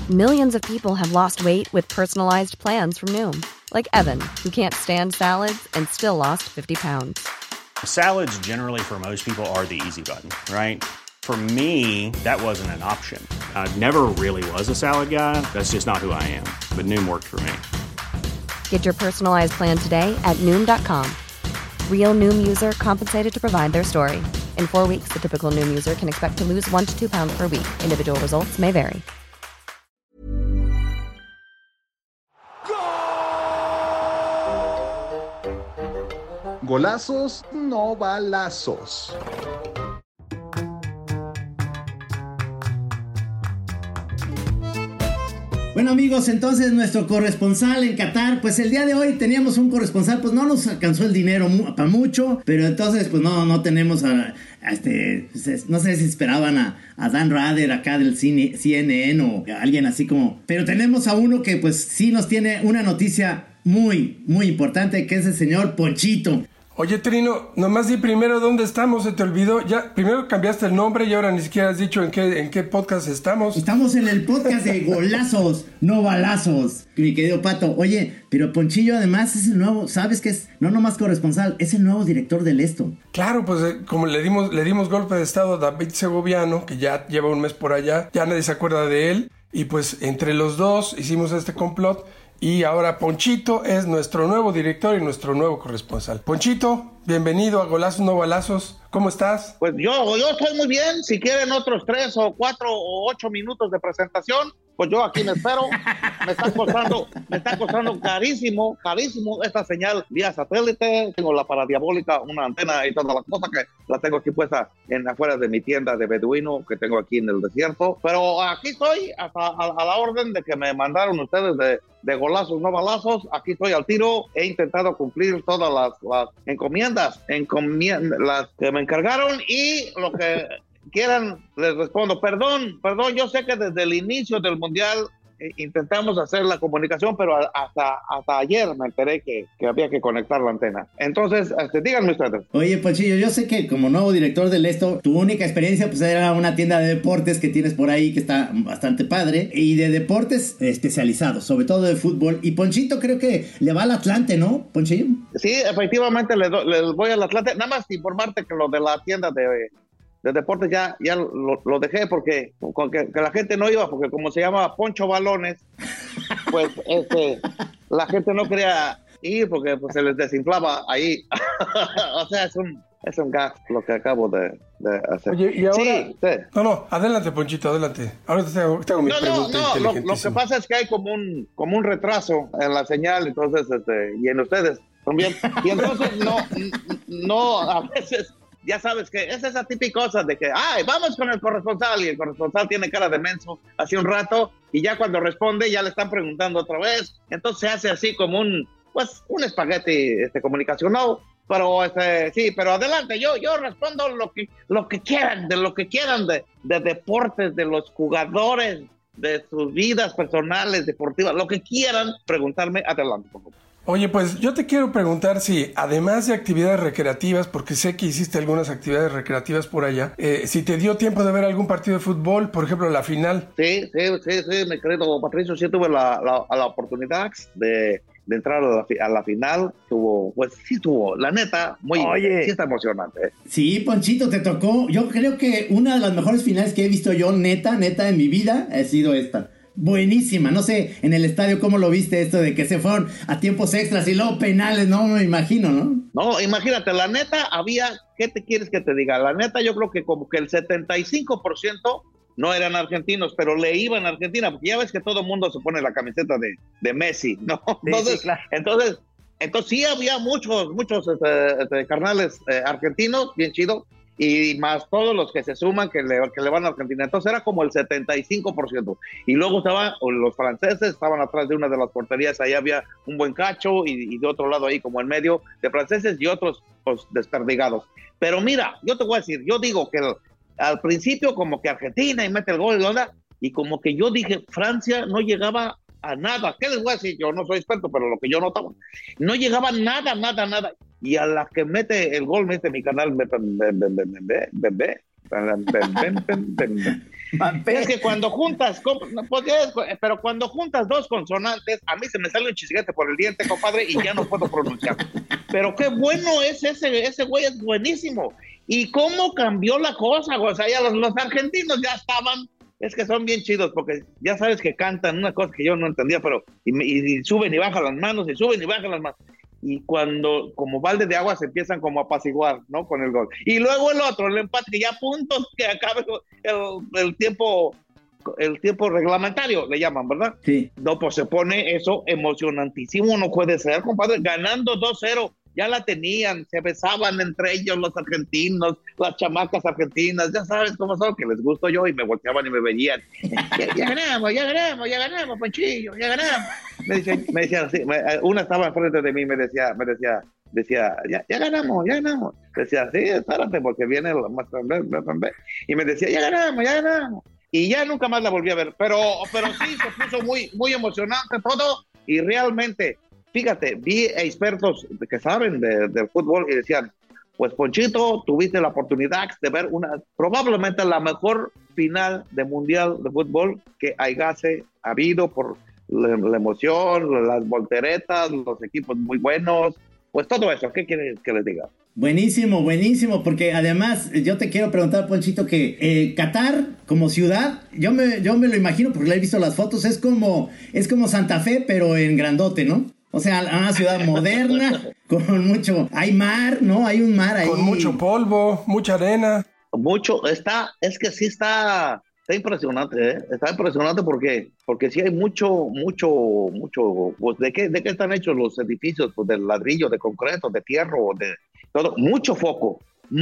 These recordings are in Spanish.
Millions of people have lost weight with personalized plans from Noom. Like Evan, who can't stand salads and still lost 50 pounds. Salads generally for most people are the easy button, right? For me, that wasn't an option. I never really was a salad guy. That's just not who I am. But Noom worked for me. Get your personalized plan today at Noom.com. Real Noom user compensated to provide their story. In 4 weeks, the typical Noom user can expect to lose 1 to 2 pounds per week. Individual results may vary. Golazos, no balazos. Bueno amigos, entonces nuestro corresponsal en Qatar, pues el día de hoy teníamos un corresponsal, pues no nos alcanzó el dinero para mucho, pero entonces pues no tenemos no sé si esperaban a Dan Rather acá del CNN o alguien así como, pero tenemos a uno que pues sí nos tiene una noticia muy, muy importante, que es el señor Ponchito. Oye, Trino, nomás di primero dónde estamos, se te olvidó. Ya, primero cambiaste el nombre y ahora ni siquiera has dicho en qué podcast estamos. Estamos en el podcast de Golazos, no balazos, mi querido Pato. Oye, pero Ponchillo además es el nuevo, ¿sabes qué es? No nomás corresponsal, es el nuevo director del Esto. Claro, pues como le dimos golpe de estado a David Segoviano, que ya lleva un mes por allá, ya nadie se acuerda de él, y pues entre los dos hicimos este complot. Y ahora Ponchito es nuestro nuevo director y nuestro nuevo corresponsal. Ponchito, bienvenido a Golazos No Balazos. ¿Cómo estás? Pues yo estoy muy bien. Si quieren otros 3 o 4 o 8 minutos de presentación, pues yo aquí me espero. Me está costando carísimo esta señal vía satélite. Tengo la paradiabólica, una antena y toda la cosa que la tengo aquí puesta afuera de mi tienda de beduino que tengo aquí en el desierto. Pero aquí estoy a la orden de que me mandaron ustedes de Golazos No Balazos. Aquí estoy al tiro. He intentado cumplir todas las encomiendas, las que me encargaron, y lo que quieran les respondo. Perdón, yo sé que desde el inicio del Mundial intentamos hacer la comunicación, pero hasta ayer me enteré que había que conectar la antena. Entonces, díganme ustedes. Oye, Ponchillo, yo sé que como nuevo director del Esto, tu única experiencia pues era una tienda de deportes que tienes por ahí, que está bastante padre, y de deportes especializados, sobre todo de fútbol. Y Ponchito creo que le va al Atlante, ¿no, Ponchillo? Sí, efectivamente le voy al Atlante. Nada más informarte que lo de la tienda de deportes ya lo dejé porque que la gente no iba, porque como se llama Poncho Balones, pues la gente no quería ir porque pues, se les desinflaba ahí. O sea, es un gas lo que acabo de hacer. Oye, y ahora... Sí. No, adelante, Ponchito, adelante. Ahora te hago mi pregunta inteligentísima. Lo que pasa es que hay como un retraso en la señal, entonces, y en ustedes también. Y entonces no, a veces... Ya sabes que es esa típica cosa de que, vamos con el corresponsal, y el corresponsal tiene cara de menso hace un rato, y ya cuando responde ya le están preguntando otra vez. Entonces se hace así como un espagueti comunicacional. Pero sí, pero adelante, yo respondo lo que quieran, de deportes, de los jugadores, de sus vidas personales, deportivas, lo que quieran preguntarme, adelante, por favor. Oye, pues yo te quiero preguntar si, además de actividades recreativas, porque sé que hiciste algunas actividades recreativas por allá, si te dio tiempo de ver algún partido de fútbol, por ejemplo, la final. Sí, mi querido Patricio, sí tuve la oportunidad de entrar a la final. Tuvo, la neta, sí está emocionante. Sí, Ponchito, te tocó. Yo creo que una de las mejores finales que he visto yo, neta, en mi vida, ha sido esta. Buenísima, no sé, en el estadio cómo lo viste esto de que se fueron a tiempos extras y luego penales, no me imagino, ¿no? No, imagínate, la neta ¿qué te quieres que te diga? La neta yo creo que como que el 75% no eran argentinos, pero le iban a Argentina, porque ya ves que todo el mundo se pone la camiseta de Messi, ¿no? Entonces, sí, claro. Entonces sí había muchos carnales argentinos, bien chido, y más todos los que se suman que le van a Argentina. Entonces era como el 75%. Y luego estaban los franceses, estaban atrás de una de las porterías, ahí había un buen cacho, y de otro lado ahí como en medio de franceses y otros pues, desperdigados. Pero mira, yo te voy a decir, yo digo que al principio como que Argentina y mete el gol y como que yo dije, Francia no llegaba a nada. ¿Qué les voy a decir? Yo no soy experto, pero lo que yo notaba, no llegaba nada. Y a la que mete el gol, mi canal, Es que cuando juntas, pero cuando juntas dos consonantes, a mí se me sale un chisguete por el diente, compadre, y ya no puedo pronunciar. Pero qué bueno es ese güey, es buenísimo. ¿Y cómo cambió la cosa? O sea, ya los argentinos ya estaban, es que son bien chidos, porque ya sabes que cantan una cosa que yo no entendía, pero y suben y bajan las manos, y suben y bajan las manos. Y cuando, como balde de agua, se empiezan como a apaciguar, ¿no? Con el gol. Y luego el otro, el empate, que ya a puntos que acabe el tiempo reglamentario, le llaman, ¿verdad? Sí. No, pues se pone eso emocionantísimo, no puede ser, compadre, ganando 2-0, ya la tenían, se besaban entre ellos los argentinos, las chamacas argentinas, ya sabes cómo son, que les gusto yo, y me volteaban y me veían, ya ganamos, Panchillo, ya ganamos. Me decía así, una estaba enfrente de mí, me decía, ya ganamos. Decía, sí, espérate, porque viene el más, y me decía, ya ganamos. Y ya nunca más la volví a ver, pero sí, se puso muy, muy emocionante todo, y realmente, fíjate, vi expertos que saben del fútbol y decían, pues Ponchito, tuviste la oportunidad de ver probablemente la mejor final de mundial de fútbol que hayase habido por la emoción, las volteretas, los equipos muy buenos, pues todo eso. ¿Qué quieres que les diga? Buenísimo, porque además yo te quiero preguntar, Ponchito, que Qatar como ciudad, yo me lo imagino porque le he visto las fotos, es como Santa Fe, pero en grandote, ¿no? O sea, una ciudad moderna, con mucho, hay mar, ¿no? Hay un mar ahí. Con mucho polvo, mucha arena. Es que sí está impresionante, ¿eh? Está impresionante porque sí hay mucho, pues, ¿de qué están hechos los edificios? Pues de ladrillo, de concreto, de tierra, de todo, mucho foco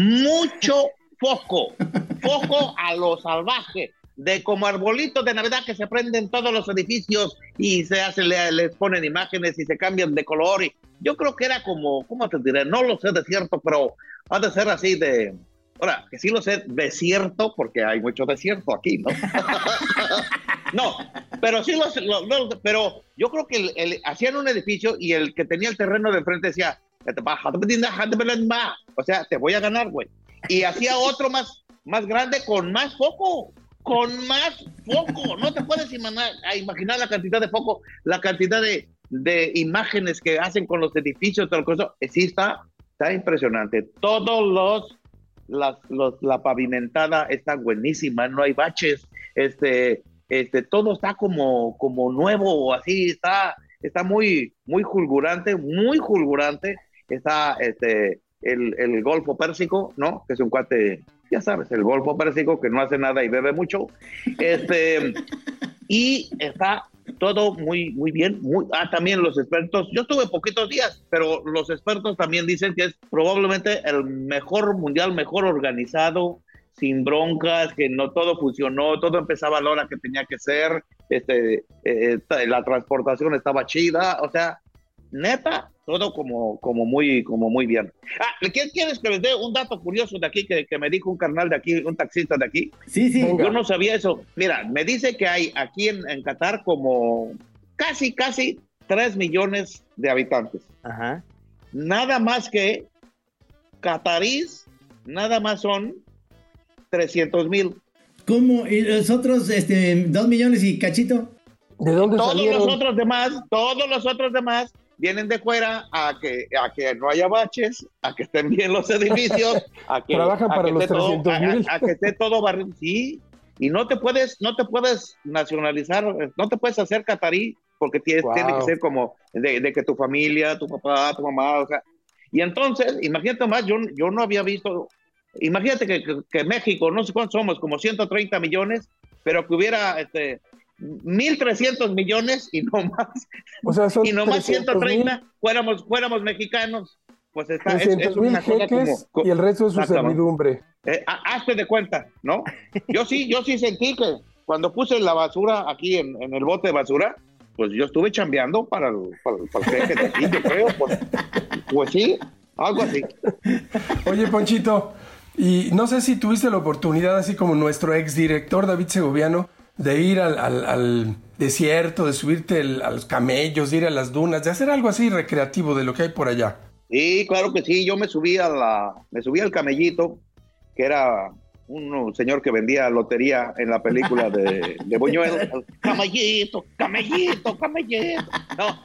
a lo salvaje, de como arbolitos de Navidad que se prenden todos los edificios y les ponen imágenes y se cambian de color, y yo creo que era como, ¿cómo te diré? No lo sé de cierto, pero ha de ser así de... Ahora, que sí lo sé, desierto, porque hay mucho desierto aquí, ¿no? No, pero sí pero yo creo que hacían un edificio y el que tenía el terreno de enfrente decía, o sea, te voy a ganar, güey. Y hacía otro más grande con más foco. No te puedes imaginar la cantidad de foco, la cantidad de imágenes que hacen con los edificios, todo eso. Sí está impresionante. La pavimentada está buenísima, no hay baches, todo está como nuevo, así está muy fulgurante, está el Golfo Pérsico, ¿no? Que es un cuate, ya sabes, el Golfo Pérsico, que no hace nada y bebe mucho, y está todo muy, muy bien. También los expertos, yo estuve poquitos días, pero los expertos también dicen que es probablemente el mejor mundial, mejor organizado, sin broncas, que no todo funcionó, todo empezaba a la hora que tenía que ser, la transportación estaba chida, o sea, neta, todo como muy bien. ¿Quieres que les dé un dato curioso de aquí que me dijo un carnal de aquí, un taxista de aquí? Sí. Yo no sabía eso. Mira, me dice que hay aquí en Qatar como casi 3 millones de habitantes. Ajá. Nada más que catarís, nada más son 300,000. ¿Cómo? ¿Y los otros 2 millones y cachito? ¿De dónde salieron? Todos los otros demás vienen de fuera a que no haya baches, a que estén bien los edificios, trabajan para los 300,000. a que esté todo barrido, sí, y no te puedes nacionalizar, no te puedes hacer catarí, porque tiene que ser como de que tu familia, tu papá, tu mamá, o sea, y entonces, imagínate más, yo no había visto, imagínate que México, no sé cuántos somos, como 130 millones, pero que hubiera 1,300 millones y no más. O sea, son y no más 130 fuéramos mexicanos. Pues es una cosa como, y el resto es su servidumbre. Hazte de cuenta, ¿no? Yo sí sentí que cuando puse la basura aquí en el bote de basura, pues yo estuve chambeando para el jefe de aquí, yo creo. Pues sí, algo así. Oye, Ponchito, y no sé si tuviste la oportunidad, así como nuestro exdirector David Segoviano, de ir al desierto, de subirte a los camellos, de ir a las dunas, de hacer algo así recreativo de lo que hay por allá. Sí, claro que sí. Yo me subí al camellito, que era un señor que vendía lotería en la película de Buñuel. Camellito, camellito, camellito. No,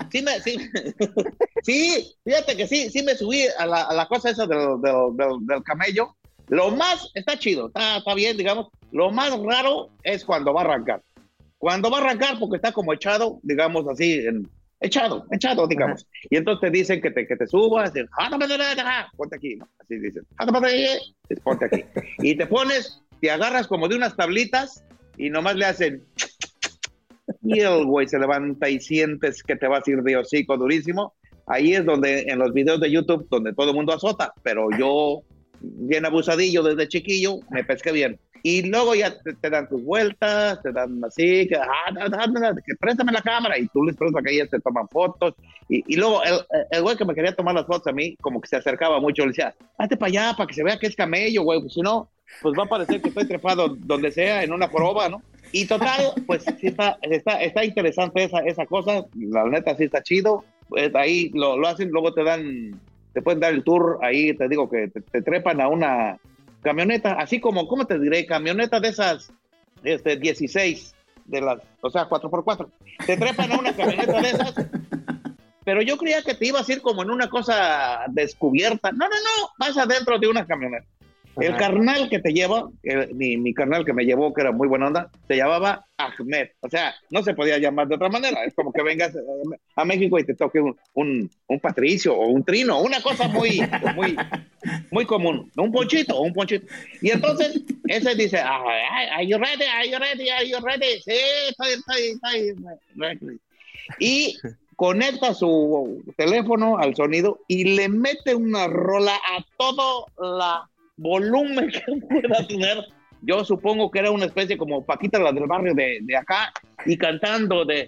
sí, fíjate que sí me subí a la cosa esa del camello. Lo más, está chido, está bien, digamos. Lo más raro es cuando va a arrancar. Cuando va a arrancar, porque está como echado, digamos así, echado, digamos. Ajá. Y entonces te dicen que te subas, ponte aquí, ¿no? Así dicen, ponte aquí. Y te pones, te agarras como de unas tablitas y nomás le hacen... Y el güey se levanta y sientes que te vas a ir de hocico durísimo. Ahí es donde, en los videos de YouTube, donde todo el mundo azota, pero yo, bien abusadillo desde chiquillo, me pesqué bien. Y luego ya te dan tus vueltas, te dan así, que préstame la cámara, y tú les prestas que ellas te toman fotos. Y luego el güey que me quería tomar las fotos a mí, como que se acercaba mucho, le decía, hazte para allá, para que se vea que es camello, güey, pues si no, pues va a parecer que estoy trepado donde sea, en una joroba, ¿no? Y total, pues sí está interesante esa cosa, la neta sí está chido, pues ahí lo hacen, luego te pueden dar el tour, ahí te digo que te trepan a una camioneta, así como, ¿cómo te diré? Camioneta de esas 16, de las, o sea, 4x4. Te trepan a una camioneta de esas, pero yo creía que te ibas a ir como en una cosa descubierta. No, vas adentro de una camioneta. Ajá. El carnal que te lleva, mi carnal que me llevó, que era muy buena onda, se llamaba Ahmed. O sea, no se podía llamar de otra manera. Es como que vengas a México y te toque un Patricio o un Trino, una cosa muy común. Un ponchito. Y entonces, ese dice, are you ready? Sí, estoy. Y conecta su teléfono al sonido y le mete una rola a todo la volumen que pueda tener. Yo supongo que era una especie como Paquita, la del barrio de acá, y cantando de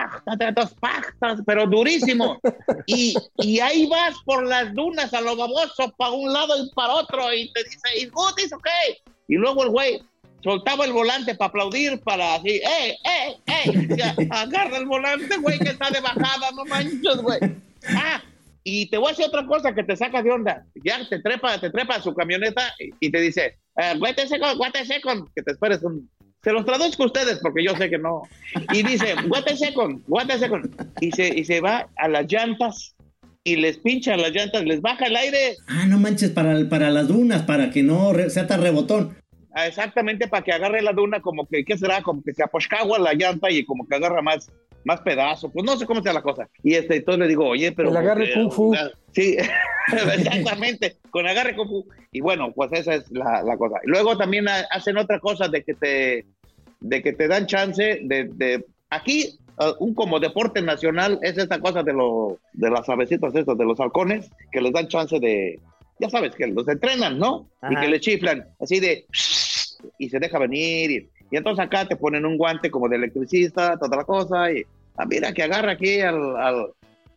pero durísimo. Y ahí vas por las dunas a lo baboso, para un lado y para otro, y te dice, ¿is good, is okay? Y luego el güey soltaba el volante para aplaudir, para así, decía, agarra el volante, güey, que está de bajada, no manches, güey. Y te voy a decir otra cosa que te saca de onda. Ya te trepa a su camioneta y te dice, wait a second, que te esperes se los traduzco a ustedes porque yo sé que no. Y dice, wait a second. Y se va a las llantas y les pincha las llantas, les baja el aire. No manches, para las dunas, para que no sea tan rebotón. Exactamente, para que agarre la duna, como que, ¿qué será? Como que se aposcagua la llanta y como que agarra más pedazos, pues no sé cómo sea la cosa. Y entonces le digo, oye, pero... El agarre Kung Fu. Sí, exactamente, con agarre Kung Fu. Y bueno, pues esa es la cosa. Y luego también hacen otra cosa de que te dan chance de aquí, un como deporte nacional, es esta cosa de las avecitas estas, de los halcones, que les dan chance de... Ya sabes, que los entrenan, ¿no? Ajá. Y que le chiflan, así de... Y se deja venir, y entonces acá te ponen un guante como de electricista, toda la cosa, y mira que agarra aquí al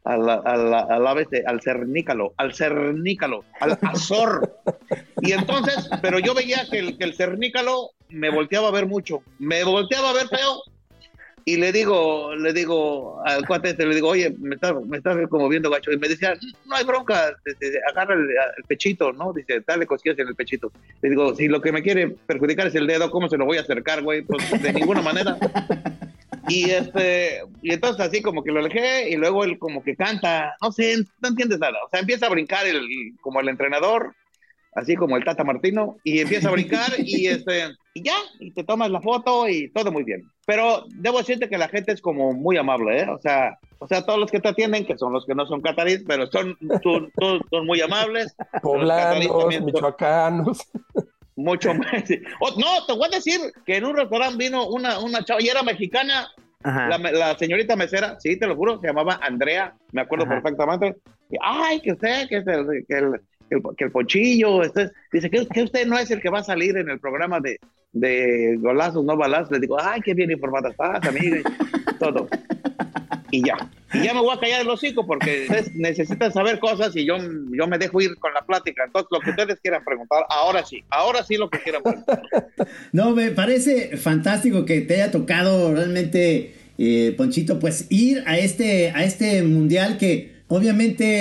cernícalo, al azor. Y entonces, pero yo veía que el cernícalo me volteaba a ver mucho, me volteaba a ver feo. Y le digo al cuate le digo, oye, me estás como viendo gacho. Y me decía, no hay bronca, agarra el pechito, ¿no? Dice, dale cosquillas en el pechito. Le digo, si lo que me quiere perjudicar es el dedo, ¿cómo se lo voy a acercar, güey? Pues de ninguna manera. Y entonces así como que lo alejé, y luego él como que canta, no sé, no entiendes nada. O sea, empieza a brincar como el entrenador, así como el Tata Martino, y empieza a brincar, y ya, y te tomas la foto, y todo muy bien. Pero debo decirte que la gente es como muy amable, ¿eh? O sea, todos los que te atienden, que son los que no son cataríes, pero son muy amables. Poblanos, michoacanos. Mucho más. No, te voy a decir que en un restaurante vino una chava, y era mexicana. La señorita mesera, sí, te lo juro, se llamaba Andrea, me acuerdo perfectamente. Y, ay, que usted, que es el Ponchillo, dice que usted no es el que va a salir en el programa de golazos, no balazos. Le digo, ay, qué bien informada estás, amiga, y todo. Y ya me voy a callar el hocico porque ustedes necesitan saber cosas y yo me dejo ir con la plática. Entonces, lo que ustedes quieran preguntar, ahora sí lo que quieran preguntar. No, me parece fantástico que te haya tocado realmente, Ponchito, pues ir a este mundial que obviamente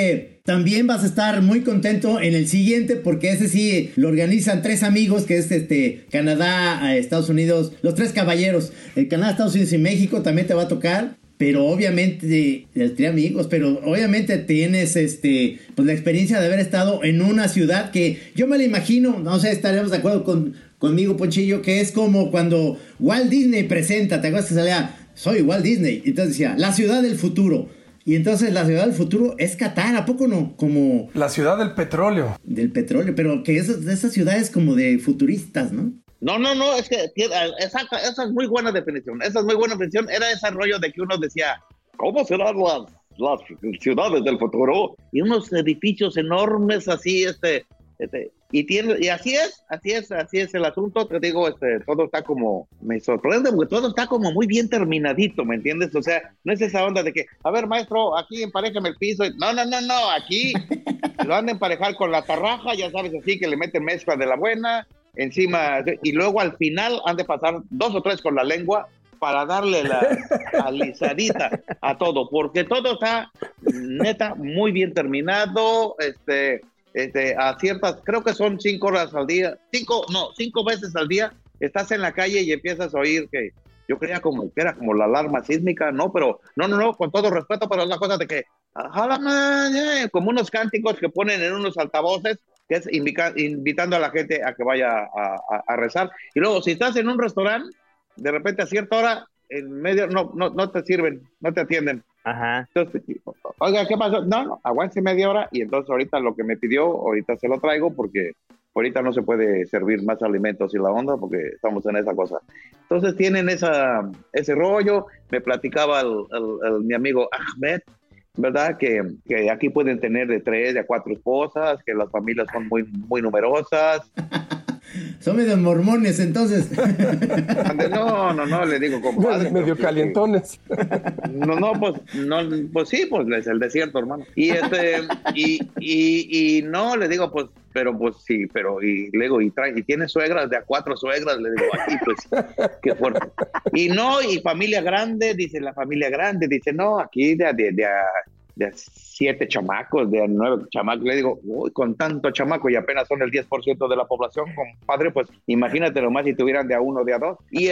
también vas a estar muy contento en el siguiente, porque ese sí lo organizan 3 amigos, que es Canadá, Estados Unidos, los 3 caballeros, Canadá, Estados Unidos y México, también te va a tocar. Pero obviamente, entre amigos, pero obviamente tienes pues la experiencia de haber estado en una ciudad que yo me la imagino, no sé, estaremos de acuerdo conmigo, Ponchillo, que es como cuando Walt Disney presenta, ¿te acuerdas que salía? Soy Walt Disney, entonces decía, la ciudad del futuro. Y entonces la ciudad del futuro es Qatar, ¿a poco no? Como la ciudad del petróleo. Del petróleo, pero que esas ciudades como de futuristas, ¿no? No, es que exacto, esa es muy buena definición. Esa es muy buena definición. Era ese rollo de que uno decía, ¿cómo serán las ciudades del futuro? Y unos edificios enormes así, y así es el asunto. Te digo, todo está como, me sorprende porque todo está como muy bien terminadito, ¿me entiendes? O sea, no es esa onda de que, a ver, maestro, aquí emparejame el piso. No, aquí lo han de emparejar con la tarraja, ya sabes, así que le meten mezcla de la buena encima, y luego al final han de pasar 2 o 3 con la lengua para darle la alisadita a todo, porque todo está neta muy bien terminado, a ciertas, creo que son 5 horas al día, 5 veces al día estás en la calle y empiezas a oír que yo creía que era como la alarma sísmica, no, pero no, con todo respeto, pero es la cosa de que como unos cánticos que ponen en unos altavoces, que es invitando a la gente a que vaya a rezar. Y luego, si estás en un restaurante, de repente a cierta hora, en medio, no te sirven, no te atienden. Ajá. Entonces, oiga, ¿qué pasó? No, aguante media hora, y entonces ahorita lo que me pidió, ahorita se lo traigo, porque ahorita no se puede servir más alimentos y la onda, porque estamos en esa cosa. Entonces tienen ese rollo. Me platicaba mi amigo Ahmed, ¿verdad? Que aquí pueden tener de 3 a 4 esposas, que las familias son muy, muy numerosas. Son medio mormones, entonces. No, le digo, compadre. Medio calientones. Pues sí, pues es el desierto, hermano. Y no, le digo, pues, pero pues sí, y luego, y tiene suegras, de a 4 suegras, le digo, aquí, pues, qué fuerte. Y familia grande, dice, no, aquí de 7 chamacos, de 9 chamacos, le digo, uy, con tanto chamaco y apenas son el 10% de la población, compadre, pues imagínate nomás si tuvieran de a 1, de a 2. Y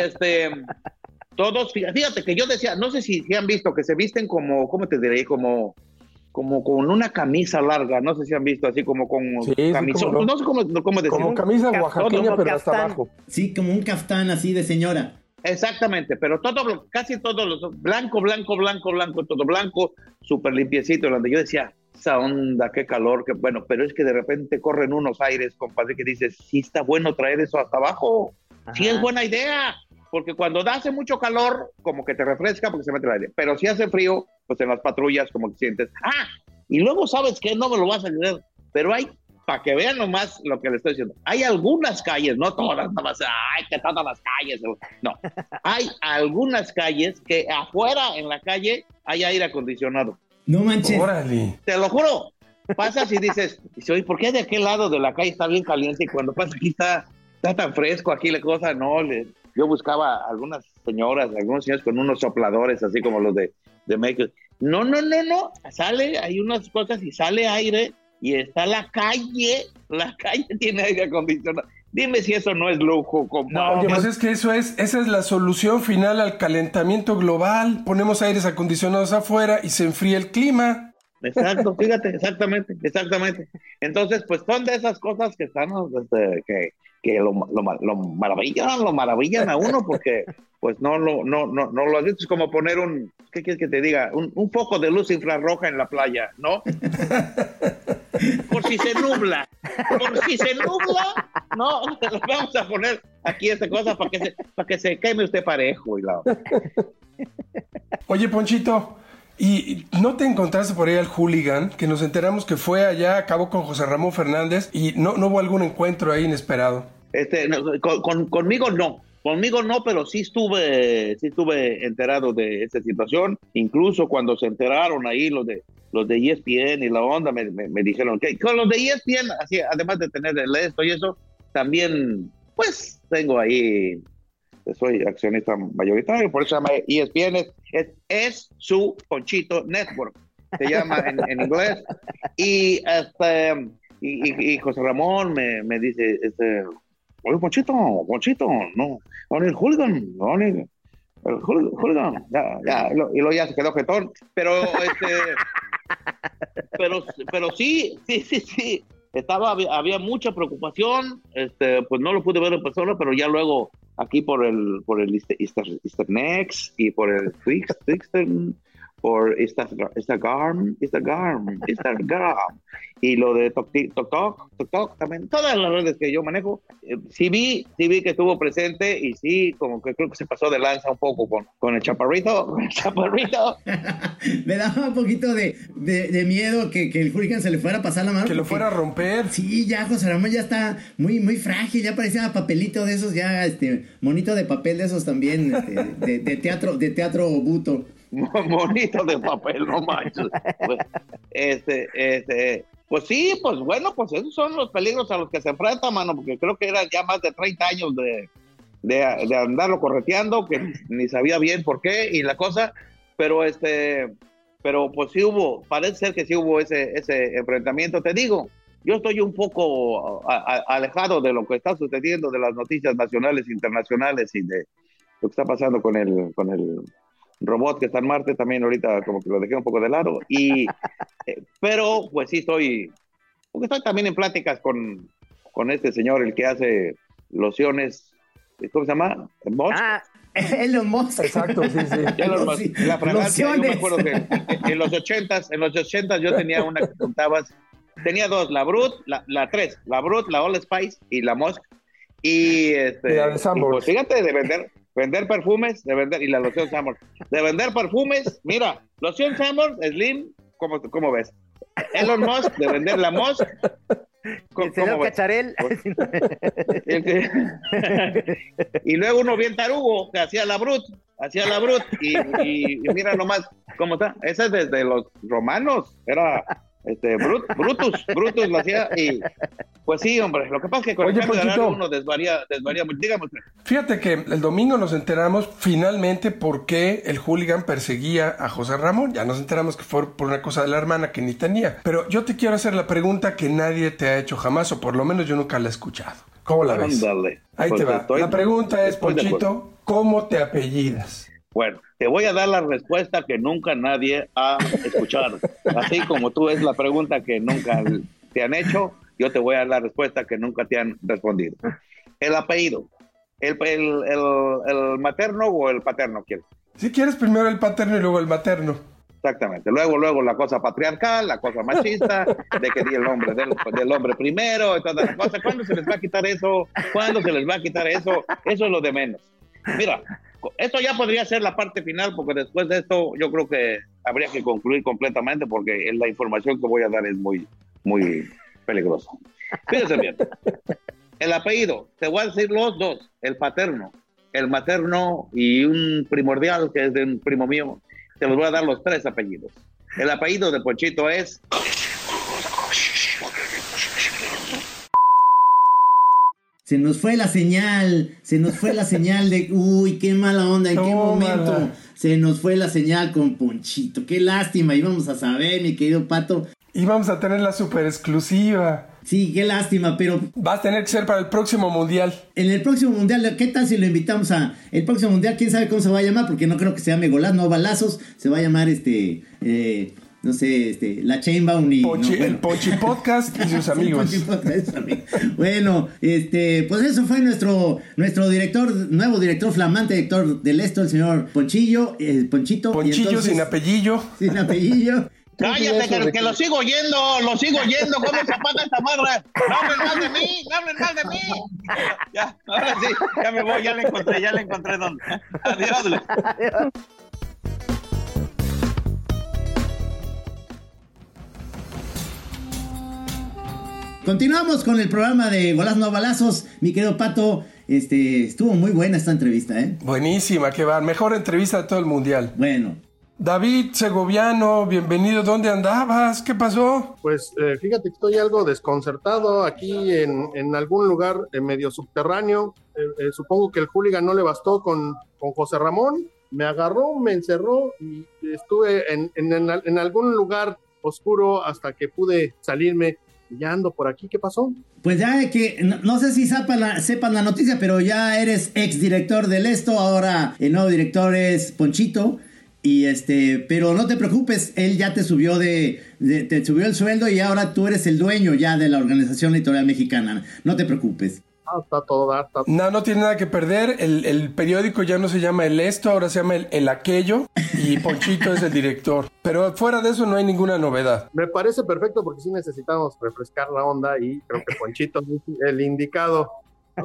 todos, fíjate que yo decía, no sé si han visto que se visten como, ¿cómo te diré? Como con una camisa larga, no sé si han visto así como con camisón, no sé cómo decirlo. Como camisa oaxaqueña, pero hasta abajo. Sí, como un caftán así de señora. Exactamente, pero casi todos los blanco, todo blanco, súper limpiecito, donde yo decía, esa onda, qué calor, qué bueno, pero es que de repente corren unos aires, compadre, que dices, sí está bueno traer eso hasta abajo. Ajá. Sí es buena idea, porque cuando hace mucho calor, como que te refresca porque se mete el aire, pero si hace frío, pues en las patrullas como que sientes, y luego sabes que no me lo vas a creer, pero hay, para que vean nomás lo que le estoy diciendo, hay algunas calles, no todas, nada más, que todas las calles, no, hay algunas calles que afuera en la calle hay aire acondicionado. No manches. Órale. Te lo juro, pasas y dices, oye, ¿por qué de aquel lado de la calle está bien caliente y cuando pasas aquí está tan fresco, aquí la cosa, yo buscaba algunas señoras, algunos señores con unos sopladores así como los de México, no, sale, hay unas cosas y sale aire. Y está la calle tiene aire acondicionado. Dime si eso no es lujo, compadre. No, pues es que esa es la solución final al calentamiento global. Ponemos aires acondicionados afuera y se enfría el clima. Exacto, fíjate, exactamente. Entonces, pues son de esas cosas que están, que lo maravillan a uno, porque pues no lo has visto. Es como poner ¿qué quieres que te diga? Un foco de luz infrarroja en la playa, ¿no? Por si se nubla, no, vamos a poner aquí esta cosa para que se queme usted parejo. Oye, Ponchito, ¿y no te encontraste por ahí al hooligan? Que nos enteramos que fue allá, acabó con José Ramón Fernández y no hubo algún encuentro ahí inesperado. Conmigo no, pero sí estuve enterado de esta situación. Incluso cuando se enteraron ahí los de ESPN y la onda, me dijeron que con los de ESPN, así, además de tener esto y eso, también pues tengo ahí, soy accionista mayoritario, por eso se llama ESPN, es su Ponchito Network. se llama en inglés. Y José Ramón me dice, oye, Ponchito, no, el hooligan, y luego ya se quedó jetón, pero sí, había mucha preocupación, pues no lo pude ver en persona, pero ya luego aquí por el Easternex y por el Twixter, por Instagram, y lo de TikTok también, todas las redes que yo manejo, sí vi que estuvo presente y sí, como que creo que se pasó de lanza un poco con el chaparrito. Me daba un poquito de miedo que el hooligan se le fuera a pasar la mano. Que lo fuera a romper. Sí, ya José Ramón ya está muy, muy frágil, ya parecía papelito de esos, ya monito de papel de esos también, de teatro buto. Monito de papel, no manches. Pues sí, pues bueno, pues esos son los peligros a los que se enfrenta, mano, porque creo que eran ya más de 30 años de andarlo correteando, que ni sabía bien por qué y la cosa, pero pues sí parece ser que sí hubo ese enfrentamiento. Te digo, yo estoy un poco alejado de lo que está sucediendo, de las noticias nacionales, internacionales y de lo que está pasando con el robot que está en Marte. También ahorita como que lo dejé un poco de lado, pero pues sí estoy también en pláticas con este señor, el que hace lociones, ¿cómo se llama? Elon Musk. Exacto, sí. La fragancia, yo me acuerdo que en los 80s yo tenía una que contabas, tenía dos, la Brut, la tres, la Brut, la All Spice y la Musk, y la de Sanborns. Pues fíjate, de vender perfumes, y la loción Sanborns, de vender perfumes, mira, loción Sanborns, Slim, ¿cómo ves? Elon Musk, de vender la Musk, el señor Cacharel. Y luego uno bien tarugo, que hacía la Brut, y mira nomás cómo está, esa es desde los romanos, era Brutus lo hacía, y pues sí, hombre, lo que pasa es que con el cambio de horario uno desvaría mucho. Dígame usted. Fíjate que el domingo nos enteramos finalmente por qué el hooligan perseguía a José Ramón. Ya nos enteramos que fue por una cosa de la hermana que ni tenía. Pero yo te quiero hacer la pregunta que nadie te ha hecho jamás, o por lo menos yo nunca la he escuchado. ¿Cómo la ves? Ándale. Ahí Pues te va. La pregunta es, Ponchito, ¿cómo te apellidas? Bueno, te voy a dar la respuesta que nunca nadie ha escuchado. Así como tú es la pregunta que nunca te han hecho, yo te voy a dar la respuesta que nunca te han respondido. El apellido, el materno o el paterno, ¿quieres? Si quieres, primero el paterno y luego el materno. Exactamente. Luego la cosa patriarcal, la cosa machista, de que di el nombre del hombre primero, y todas las cosas. ¿Cuándo se les va a quitar eso? Eso es lo de menos. Mira, esto ya podría ser la parte final, porque después de esto yo creo que habría que concluir completamente, porque la información que voy a dar es muy, muy peligrosa. Fíjense bien. El apellido, te voy a decir los dos, el paterno, el materno y un primordial que es de un primo mío. Te los voy a dar los tres apellidos. El apellido de Ponchito es... Se nos fue la señal de... Uy, qué mala onda, ¿en qué momento se nos fue la señal con Ponchito? Qué lástima, íbamos a saber, mi querido Pato. Íbamos a tener la super exclusiva. Sí, qué lástima, pero... Va a tener que ser para el próximo mundial. En el próximo mundial, ¿qué tal si lo invitamos a... El próximo mundial, quién sabe cómo se va a llamar, porque no creo que se llame Golaz, no Balazos, se va a llamar no sé, la Chainbaum y... El Ponchi Podcast y sus amigos. Bueno, pues eso fue nuestro nuevo director, flamante director del esto, el señor Ponchillo, Ponchito. Ponchillo, entonces, sin apellido. Sin apellido. Cállate, que lo sigo oyendo, ¿cómo se apaga esta madre? No hablen mal de mí. Ya, ahora sí, ya me voy, ya le encontré dónde. Adiós. Continuamos con el programa de Golaz no Balazos, mi querido Pato. Estuvo muy buena esta entrevista, ¿eh? Buenísima, que va, mejor entrevista de todo el mundial. Bueno. David Segoviano, bienvenido. ¿Dónde andabas? ¿Qué pasó? Pues fíjate que estoy algo desconcertado aquí en algún lugar medio subterráneo. Supongo que el hooligan no le bastó con José Ramón. Me agarró, me encerró y estuve en algún lugar oscuro hasta que pude salirme. Ya ando por aquí, ¿qué pasó? Pues ya que, no sé si sepan la noticia, pero ya eres exdirector del Esto, ahora el nuevo director es Ponchito, y pero no te preocupes, él ya te subió te subió el sueldo y ahora tú eres el dueño ya de la Organización Editorial Mexicana, no te preocupes. Está todo dar. No tiene nada que perder. El periódico ya no se llama El Esto, ahora se llama El Aquello y Ponchito es el director. Pero fuera de eso no hay ninguna novedad. Me parece perfecto porque sí necesitamos refrescar la onda y creo que Ponchito es el indicado, ¿no?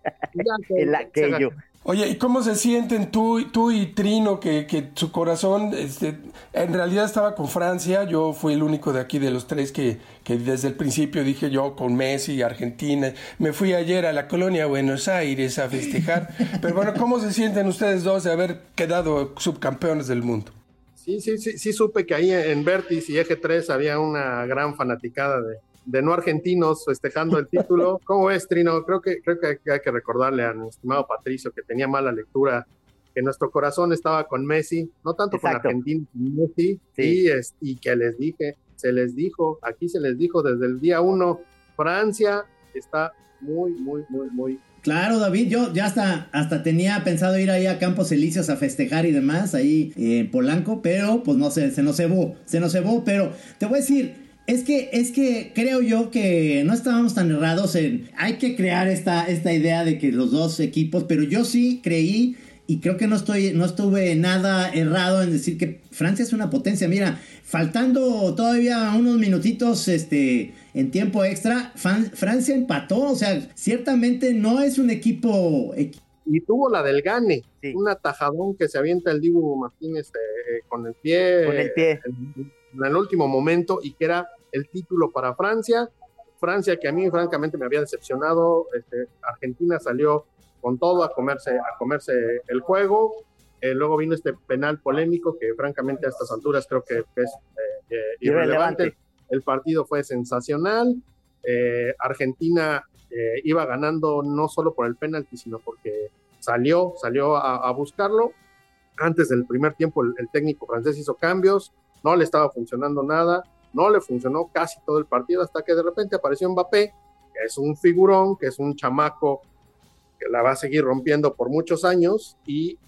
El Aquello. Oye, ¿y cómo se sienten tú y Trino, que su corazón en realidad estaba con Francia? Yo fui el único de aquí de los tres que desde el principio dije yo con Messi, Argentina. Me fui ayer a la colonia Buenos Aires a festejar. Pero bueno, ¿cómo se sienten ustedes dos de haber quedado subcampeones del mundo? Sí, supe que ahí en Vertis y Eje 3 había una gran fanaticada de no argentinos festejando el título. ¿Cómo ves, Trino? Creo que hay que recordarle a mi estimado Patricio que tenía mala lectura, que nuestro corazón estaba con Messi, no tanto con Argentina, con Messi, sí. Y que se les dijo desde el día 1, Francia está muy, muy, muy, muy... Claro, David, yo ya hasta tenía pensado ir ahí a Campos Elíseos a festejar y demás, ahí en Polanco, pero pues no sé, se nos cebó, pero te voy a decir... Es que creo yo que no estábamos tan errados hay que crear esta idea de que los dos equipos, pero yo sí creí y creo que no estuve nada errado en decir que Francia es una potencia. Mira, faltando todavía unos minutitos en tiempo extra, Francia empató, o sea, ciertamente no es un equipo... Y tuvo la del Gane, sí. Un atajadón que se avienta el Dibu Martínez con el pie. En el último momento, y que era el título para Francia, que a mí francamente me había decepcionado. Argentina salió con todo a comerse el juego. Luego vino este penal polémico que francamente a estas alturas creo que es irrelevante. El partido fue sensacional. Argentina iba ganando no solo por el penalti, sino porque salió a buscarlo. Antes del primer tiempo el técnico francés hizo cambios, no le estaba funcionando nada, no le funcionó casi todo el partido hasta que de repente apareció Mbappé, que es un figurón, que es un chamaco que la va a seguir rompiendo por muchos años y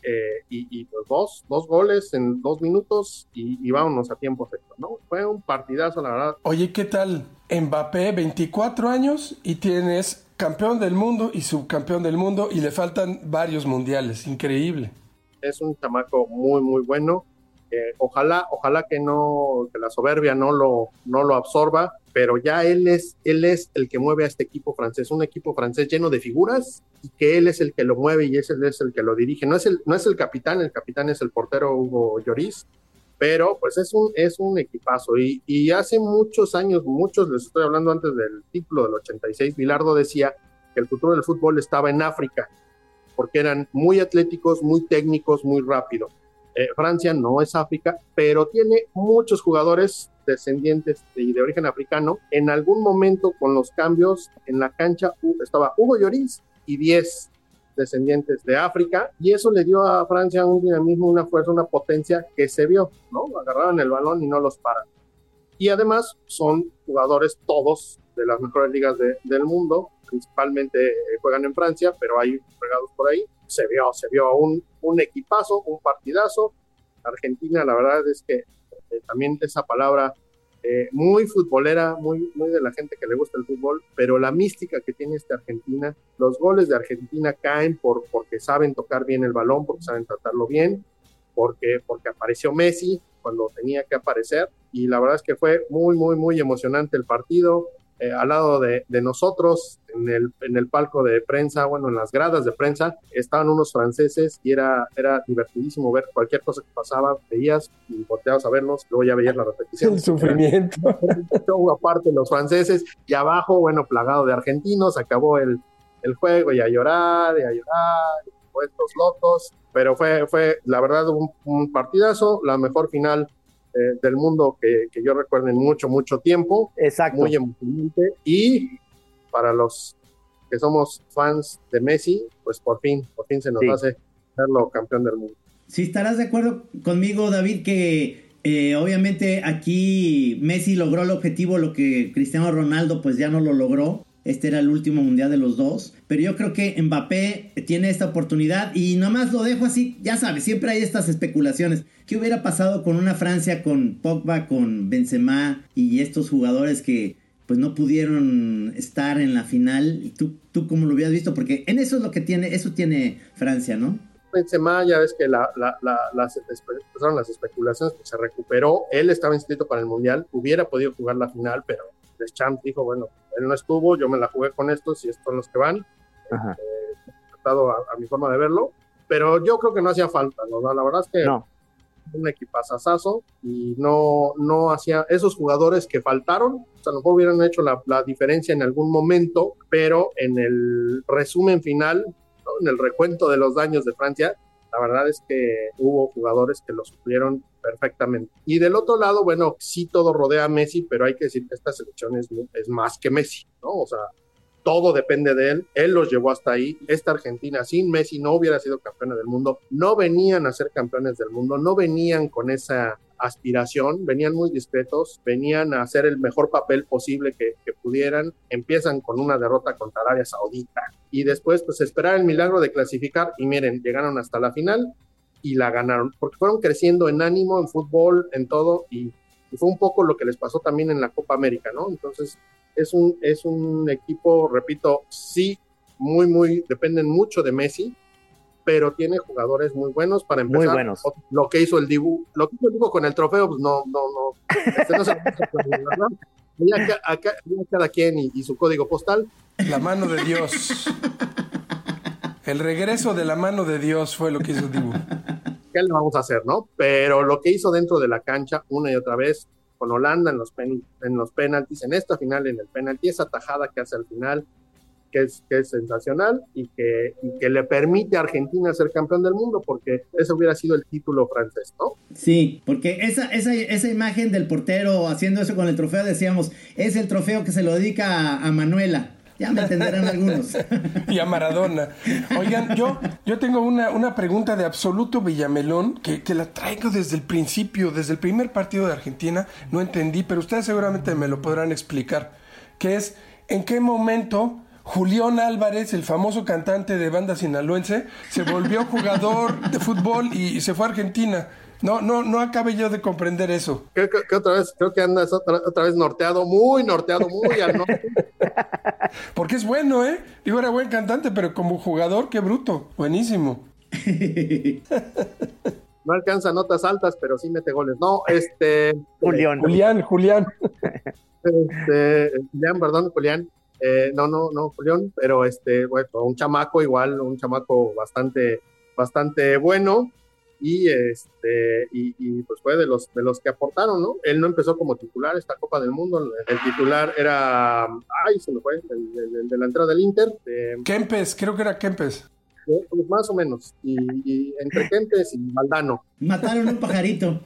pues dos goles en 2 minutos y vámonos a tiempo extra, ¿no? Fue un partidazo, la verdad. Oye, ¿qué tal? Mbappé, 24 años y tienes campeón del mundo y subcampeón del mundo y le faltan varios mundiales, increíble. Es un chamaco muy, muy bueno. Ojalá que la soberbia no lo absorba, pero ya él es el que mueve a este equipo francés, un equipo francés lleno de figuras y que él es el que lo mueve y es el que lo dirige. No es el capitán es el portero Hugo Lloris, pero pues es un equipazo y hace muchos años, les estoy hablando antes del título del 86, Bilardo decía que el futuro del fútbol estaba en África, porque eran muy atléticos, muy técnicos, muy rápidos. Francia no es África, pero tiene muchos jugadores descendientes de origen africano. En algún momento con los cambios en la cancha estaba Hugo Lloris y 10 descendientes de África, y eso le dio a Francia un dinamismo, una fuerza, una potencia que se vio, ¿no? Agarraron el balón y no los paran. Y además son jugadores todos de las mejores ligas del mundo, principalmente juegan en Francia, pero hay regados por ahí. Se vio un equipazo, un partidazo. Argentina, la verdad es que también esa palabra muy futbolera, muy de la gente que le gusta el fútbol, pero la mística que tiene Argentina, los goles de Argentina caen porque saben tocar bien el balón, porque saben tratarlo bien, porque apareció Messi cuando tenía que aparecer, y la verdad es que fue muy, muy, muy emocionante el partido. Al lado de nosotros, en el palco de prensa, en las gradas de prensa, estaban unos franceses y era divertidísimo ver cualquier cosa que pasaba, veías y volteabas a verlos, luego ya veías la repetición. El sufrimiento. Aparte los franceses, y abajo, plagado de argentinos, acabó el juego y a llorar, puestos locos, pero fue la verdad un partidazo, la mejor final del mundo que yo recuerdo en mucho tiempo. Exacto. Muy emocionante, y para los que somos fans de Messi, pues por fin se nos hace verlo campeón del mundo. Sí, estarás de acuerdo conmigo, David, que obviamente aquí Messi logró el objetivo, lo que Cristiano Ronaldo pues ya no lo logró. Este era el último mundial de los dos. Pero yo creo que Mbappé tiene esta oportunidad y nomás lo dejo así. Ya sabes, siempre hay estas especulaciones. ¿Qué hubiera pasado con una Francia con Pogba, con Benzema y estos jugadores que pues no pudieron estar en la final? ¿Y tú cómo lo hubieras visto? Porque en eso es lo que tiene, eso tiene Francia, ¿no? Benzema, ya ves que empezaron las especulaciones, que se recuperó, él estaba inscrito para el Mundial, hubiera podido jugar la final, pero Deschamps dijo, bueno, él no estuvo, yo me la jugué con estos y estos son los que van, tratado a mi forma de verlo, pero yo creo que no hacía falta, ¿no? La verdad es que no. Un equipazazazo y no hacía esos jugadores que faltaron, o sea, a lo mejor hubieran hecho la diferencia en algún momento, pero en el resumen final, ¿no? En el recuento de los daños de Francia, la verdad es que hubo jugadores que lo suplieron perfectamente. Y del otro lado, bueno, sí todo rodea a Messi, pero hay que decir que esta selección es más que Messi, ¿no? O sea, todo depende de él los llevó hasta ahí. Esta Argentina sin Messi no hubiera sido campeona del mundo, no venían a ser campeones del mundo, no venían con esa aspiración, venían muy discretos, venían a hacer el mejor papel posible que pudieran, empiezan con una derrota contra Arabia Saudita y después pues esperar el milagro de clasificar y miren, llegaron hasta la final y la ganaron, porque fueron creciendo en ánimo, en fútbol, en todo y fue un poco lo que les pasó también en la Copa América, ¿no? Entonces es un equipo, repito, sí, muy, dependen mucho de Messi, pero tiene jugadores muy buenos para empezar. Muy buenos. Lo que hizo el Dibu con el trofeo, pues no se lo ¿verdad? Acá cada quien y su código postal. La mano de Dios. El regreso de la mano de Dios fue lo que hizo Dibu. ¿Qué le vamos a hacer, no? Pero lo que hizo dentro de la cancha, una y otra vez, con Holanda en los penaltis, en esta final en el penalti, esa tajada que hace al final, que es sensacional y que le permite a Argentina ser campeón del mundo, porque ese hubiera sido el título francés, ¿no? Sí, porque esa imagen del portero haciendo eso con el trofeo, decíamos, es el trofeo que se lo dedica a Manuela. Ya me entenderán algunos. Y a Maradona. Oigan, yo tengo una pregunta de absoluto Villamelón que la traigo desde el principio, desde el primer partido de Argentina. No entendí, pero ustedes seguramente me lo podrán explicar. Que es, ¿en qué momento Julián Álvarez, el famoso cantante de banda sinaloense, se volvió jugador de fútbol y se fue a Argentina? No acabé yo de comprender eso. Creo que andas otra vez norteado muy al norte. Porque es bueno, ¿eh? Digo, era buen cantante, pero como jugador, qué bruto. Buenísimo. No alcanza notas altas, pero sí mete goles. No, Julián. Julián, Julián, Julián. Julián, pero bueno, un chamaco bastante bueno. Y pues fue de los que aportaron, ¿no? Él no empezó como titular esta Copa del Mundo, el titular era, se me fue, el delantero del Inter. Kempes, creo que era Kempes. Pues más o menos, y entre Kempes y Valdano. Mataron un pajarito.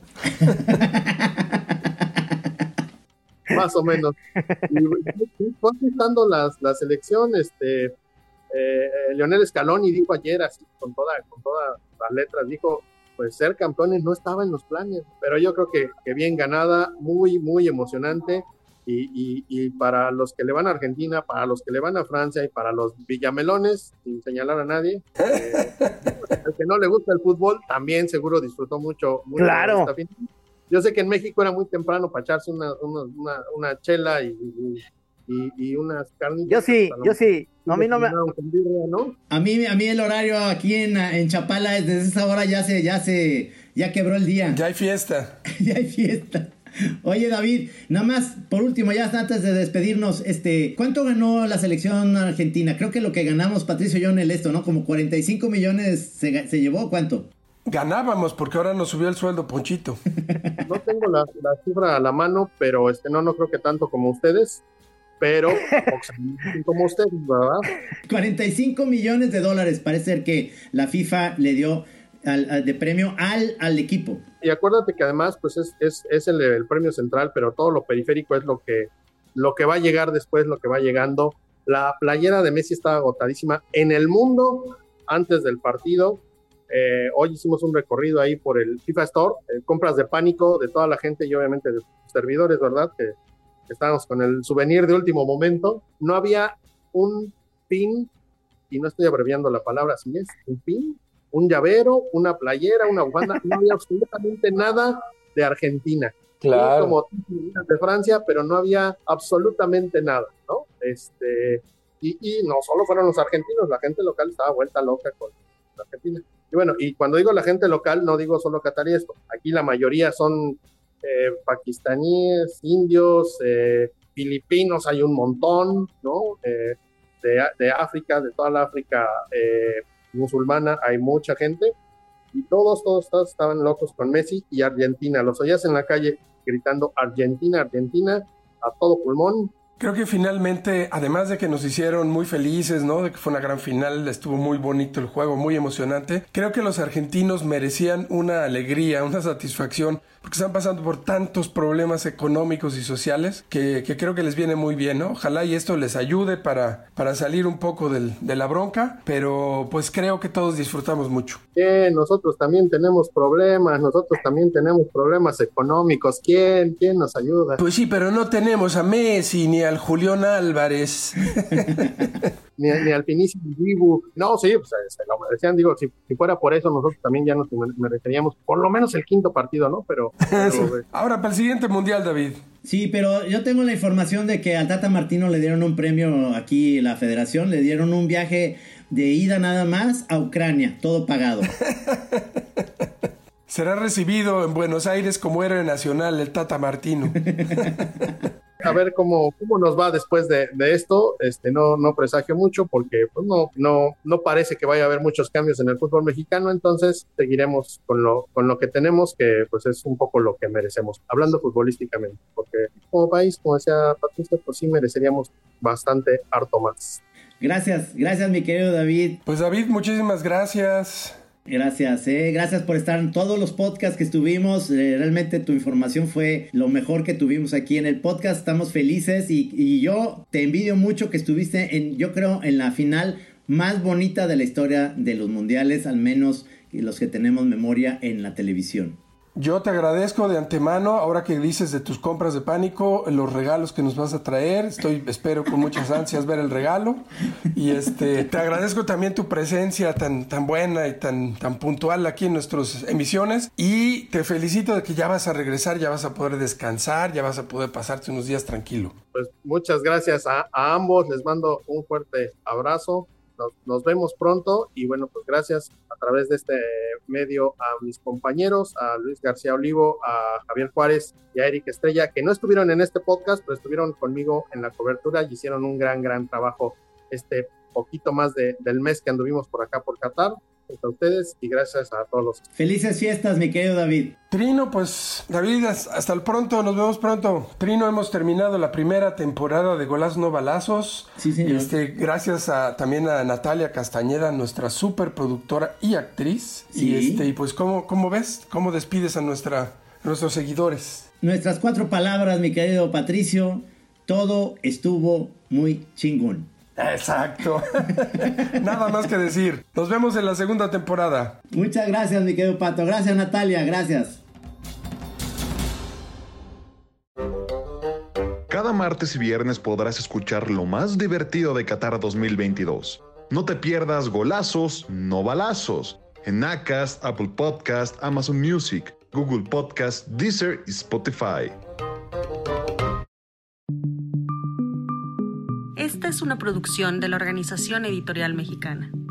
Más o menos. Y fue ajustando la selección, Lionel Scaloni dijo ayer, así, con todas las letras, dijo, pues ser campeones no estaba en los planes, pero yo creo que bien ganada, muy emocionante, y para los que le van a Argentina, para los que le van a Francia y para los villamelones, sin señalar a nadie, al que no le gusta el fútbol, también seguro disfrutó mucho claro. Esta final. Yo sé que en México era muy temprano para echarse una chela y unas carnitas. Yo sí. No, a mí no me... ¿no? A mí el horario aquí en Chapala, desde esa hora ya quebró el día. Ya hay fiesta. Ya hay fiesta. Oye, David, nada más, por último, ya antes de despedirnos, ¿cuánto ganó la selección argentina? Creo que lo que ganamos, Patricio y yo, en el ¿no? Como 45 millones se llevó, ¿cuánto? Ganábamos, porque ahora nos subió el sueldo, Ponchito. No tengo la cifra a la mano, pero no creo que tanto como ustedes. Pero como ustedes, ¿verdad? 45 millones de dólares parece ser que la FIFA le dio de premio al equipo. Y acuérdate que además pues es el premio central, pero todo lo periférico es lo que va a llegar después, lo que va llegando. La playera de Messi estaba agotadísima en el mundo antes del partido. Hoy hicimos un recorrido ahí por el FIFA Store, compras de pánico de toda la gente y obviamente de sus servidores, ¿verdad? Que estábamos con el souvenir de último momento. No había un pin, y no estoy abreviando la palabra, así es, un pin, un llavero, una playera, una bufanda, no había absolutamente nada de Argentina. Claro. Y como de Francia, pero no había absolutamente nada, ¿no? Y no solo fueron los argentinos, la gente local estaba vuelta loca con Argentina. Y bueno, y cuando digo la gente local, no digo solo cataríes, aquí la mayoría son pakistaníes, indios, filipinos, hay un montón, ¿no? De África, de toda la África musulmana, hay mucha gente, y todos estaban locos con Messi y Argentina. Los oías en la calle gritando Argentina, Argentina, a todo pulmón. Creo que finalmente, además de que nos hicieron muy felices, ¿no? De que fue una gran final, estuvo muy bonito el juego, muy emocionante. Creo que los argentinos merecían una alegría, una satisfacción, porque están pasando por tantos problemas económicos y sociales que creo que les viene muy bien, ¿no? Ojalá y esto les ayude para salir un poco de la bronca, pero pues creo que todos disfrutamos mucho. Nosotros también tenemos problemas económicos. ¿Quién nos ayuda? Pues sí, pero no tenemos a Messi ni al Julián Álvarez. ni al Vinicius Dibu. No, sí, pues, se lo merecían. Digo, si fuera por eso, nosotros también ya nos mereceríamos por lo menos el quinto partido, ¿no? Pero sí. Ahora, para el siguiente mundial, David. Sí, pero yo tengo la información de que al Tata Martino le dieron un premio aquí, la federación, le dieron un viaje de ida nada más a Ucrania, todo pagado. Será recibido en Buenos Aires como héroe nacional el Tata Martino. A ver cómo nos va después de esto. No presagio mucho porque pues, no parece que vaya a haber muchos cambios en el fútbol mexicano, entonces seguiremos con lo que tenemos, que pues es un poco lo que merecemos, hablando futbolísticamente, porque como país, como decía Patricia, pues sí mereceríamos bastante harto más. Gracias mi querido David. Pues David, muchísimas gracias. Gracias por estar en todos los podcasts que estuvimos. Realmente tu información fue lo mejor que tuvimos aquí en el podcast. Estamos felices y yo te envidio mucho que estuviste yo creo en la final más bonita de la historia de los mundiales, al menos los que tenemos memoria en la televisión. Yo te agradezco de antemano, ahora que dices de tus compras de pánico, los regalos que nos vas a traer. Espero con muchas ansias ver el regalo. Y te agradezco también tu presencia tan buena y tan puntual aquí en nuestras emisiones. Y te felicito de que ya vas a regresar, ya vas a poder descansar, ya vas a poder pasarte unos días tranquilo. Pues muchas gracias a ambos, les mando un fuerte abrazo. Nos vemos pronto y bueno, pues gracias a través de este medio a mis compañeros, a Luis García Olivo, a Javier Juárez y a Eric Estrella, que no estuvieron en este podcast, pero estuvieron conmigo en la cobertura y hicieron un gran trabajo poquito más del mes que anduvimos por acá por Qatar. A ustedes y gracias a todos. Felices fiestas, mi querido David. Trino, pues David, hasta el pronto, nos vemos pronto. Trino, hemos terminado la primera temporada de Golazos no Balazos. Sí, señor. Gracias también a Natalia Castañeda, nuestra súper productora y actriz. Sí. Y pues ¿cómo ves? ¿Cómo despides a nuestros seguidores? Nuestras 4 palabras, mi querido Patricio. Todo estuvo muy chingón. Exacto. Nada más que decir. Nos vemos en la segunda temporada. Muchas gracias, mi querido Pato. Gracias, Natalia. Gracias. Cada martes y viernes podrás escuchar lo más divertido de Qatar 2022. No te pierdas Golazos no Balazos en Acast, Apple Podcast, Amazon Music, Google Podcast, Deezer y Spotify. Esta es una producción de la Organización Editorial Mexicana.